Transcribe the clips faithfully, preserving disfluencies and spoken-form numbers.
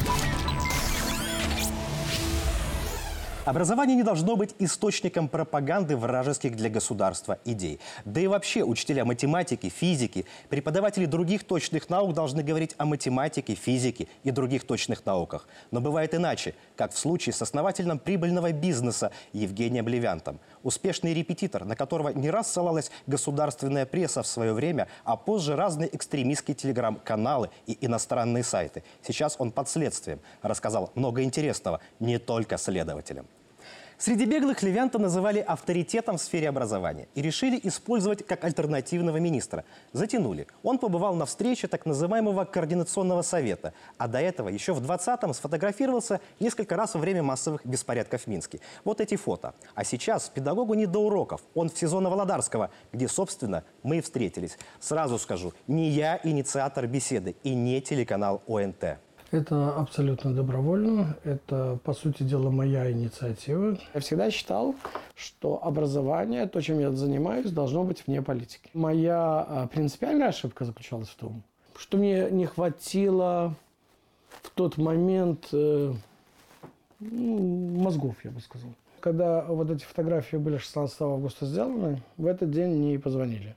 Образование не должно быть источником пропаганды вражеских для государства идей. Да и вообще учителя математики, физики, преподаватели других точных наук должны говорить о математике, физике и других точных науках. Но бывает иначе, как в случае с основателем прибыльного бизнеса Евгением Левянтом. Успешный репетитор, на которого не раз ссылалась государственная пресса в свое время, а позже разные экстремистские телеграм-каналы и иностранные сайты. Сейчас он под следствием. Рассказал много интересного не только следователям. Среди беглых Левянта называли авторитетом в сфере образования и решили использовать как альтернативного министра. Затянули. Он побывал на встрече так называемого координационного совета, а до этого еще в двадцатом сфотографировался несколько раз во время массовых беспорядков в Минске. Вот эти фото. А сейчас педагогу не до уроков. Он в СИЗО Новодарского, где, собственно, мы и встретились. Сразу скажу, не я инициатор беседы и не телеканал О Н Т. Это абсолютно добровольно. Это, по сути дела, моя инициатива. Я всегда считал, что образование, то, чем я занимаюсь, должно быть вне политики. Моя принципиальная ошибка заключалась в том, что мне не хватило в тот момент э, мозгов, я бы сказал. Когда вот эти фотографии были шестнадцатого августа сделаны, в этот день мне и позвонили.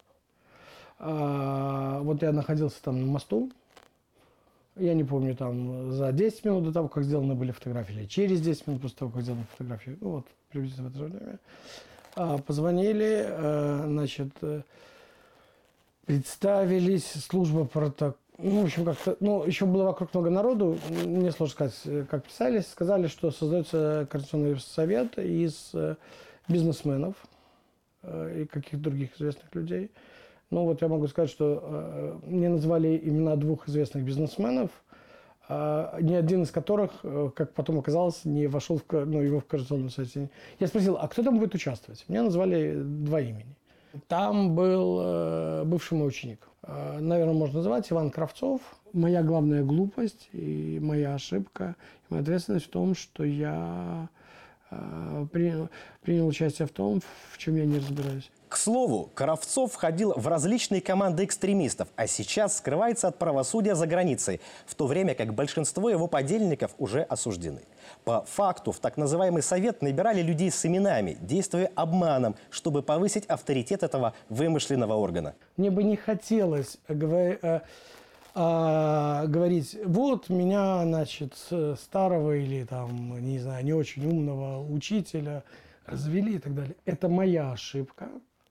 А, вот я находился там на мосту. Я не помню, там за десять минут до того, как сделаны были фотографии, или через десять минут после того, как сделаны фотографии, ну вот, приблизительно в это же время, а, позвонили, а, значит, представились, служба протокола, ну, в общем, как-то, ну, еще было вокруг много народу, мне сложно сказать, как писались, сказали, что создается координационный совет из бизнесменов и каких-то других известных людей. Ну вот я могу сказать, что э, мне назвали имена двух известных бизнесменов, э, ни один из которых, э, как потом оказалось, не вошел в, ну, его в координационном совете. Я спросил, а кто там будет участвовать? Мне назвали два имени. Там был э, бывший мой ученик. Э, наверное, можно называть Иван Кравцов. Моя главная глупость и моя ошибка, и моя ответственность в том, что я э, принял, принял участие в том, в чем я не разбираюсь. К слову, Кравцов входил в различные команды экстремистов, а сейчас скрывается от правосудия за границей, в то время как большинство его подельников уже осуждены. По факту в так называемый совет набирали людей с именами, действуя обманом, чтобы повысить авторитет этого вымышленного органа. Мне бы не хотелось говорить, говорить вот меня, значит, старого или там, не знаю, не очень умного учителя развели и так далее. Это моя ошибка.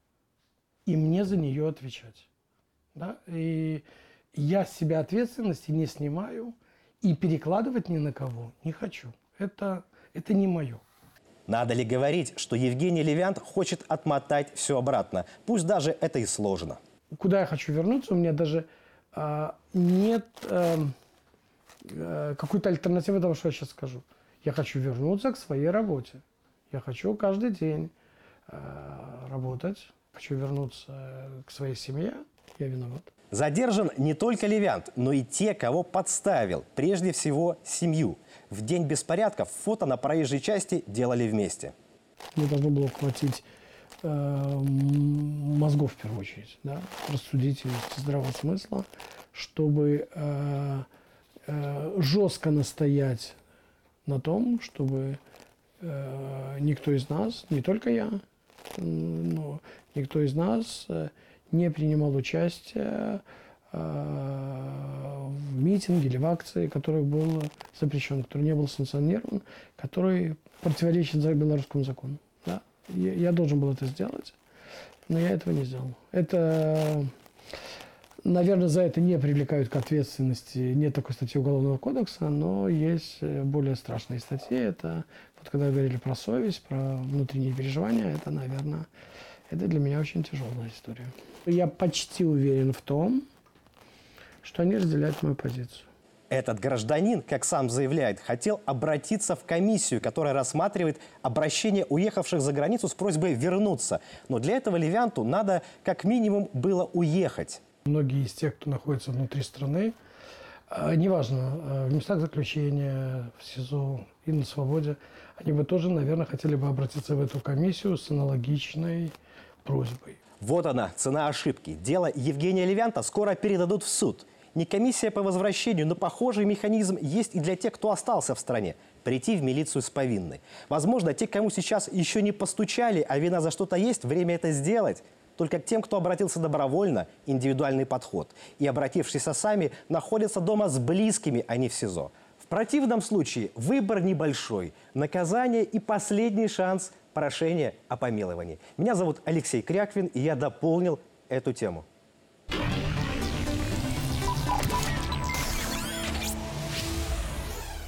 И мне за нее отвечать. Да? И я с себя ответственности не снимаю и перекладывать ни на кого не хочу. Это, это не мое. Надо ли говорить, что Евгений Левянт хочет отмотать все обратно? Пусть даже это и сложно. Куда я хочу вернуться, у меня даже э, нет э, э, какой-то альтернативы тому, что я сейчас скажу. Я хочу вернуться к своей работе. Я хочу каждый день э, работать. Хочу вернуться к своей семье, я виноват. Задержан не только Левянт, но и те, кого подставил. Прежде всего, семью. В день беспорядков фото на проезжей части делали вместе. Мне должно было хватить э, мозгов, в первую очередь, да, рассудительности, здравого смысла, чтобы э, э, жестко настоять на том, чтобы э, никто из нас, не только я, но никто из нас не принимал участие в митинге или в акции, который был запрещен, который не был санкционирован, который противоречит белорусскому закону. Да? Я должен был это сделать, но я этого не сделал. Это, наверное, за это не привлекают к ответственности. Нет такой статьи Уголовного кодекса, но есть более страшные статьи. Это вот когда говорили про совесть, про внутренние переживания, это, наверное, это для меня очень тяжелая история. Я почти уверен в том, что они разделяют мою позицию. Этот гражданин, как сам заявляет, хотел обратиться в комиссию, которая рассматривает обращение уехавших за границу с просьбой вернуться. Но для этого Левянту надо как минимум было уехать. Многие из тех, кто находится внутри страны, неважно, в местах заключения, в СИЗО и на свободе, они бы тоже, наверное, хотели бы обратиться в эту комиссию с аналогичной просьбой. Вот она, цена ошибки. Дело Евгения Левянта скоро передадут в суд. Не комиссия по возвращению, но похожий механизм есть и для тех, кто остался в стране. Прийти в милицию с повинной. Возможно, те, кому сейчас еще не постучали, а вина за что-то есть, время это сделать. Только к тем, кто обратился добровольно, индивидуальный подход. И обратившиеся сами находятся дома с близкими, а не в СИЗО. В противном случае выбор небольшой. Наказание и последний шанс прошения о помиловании. Меня зовут Алексей Кряквин, и я дополнил эту тему.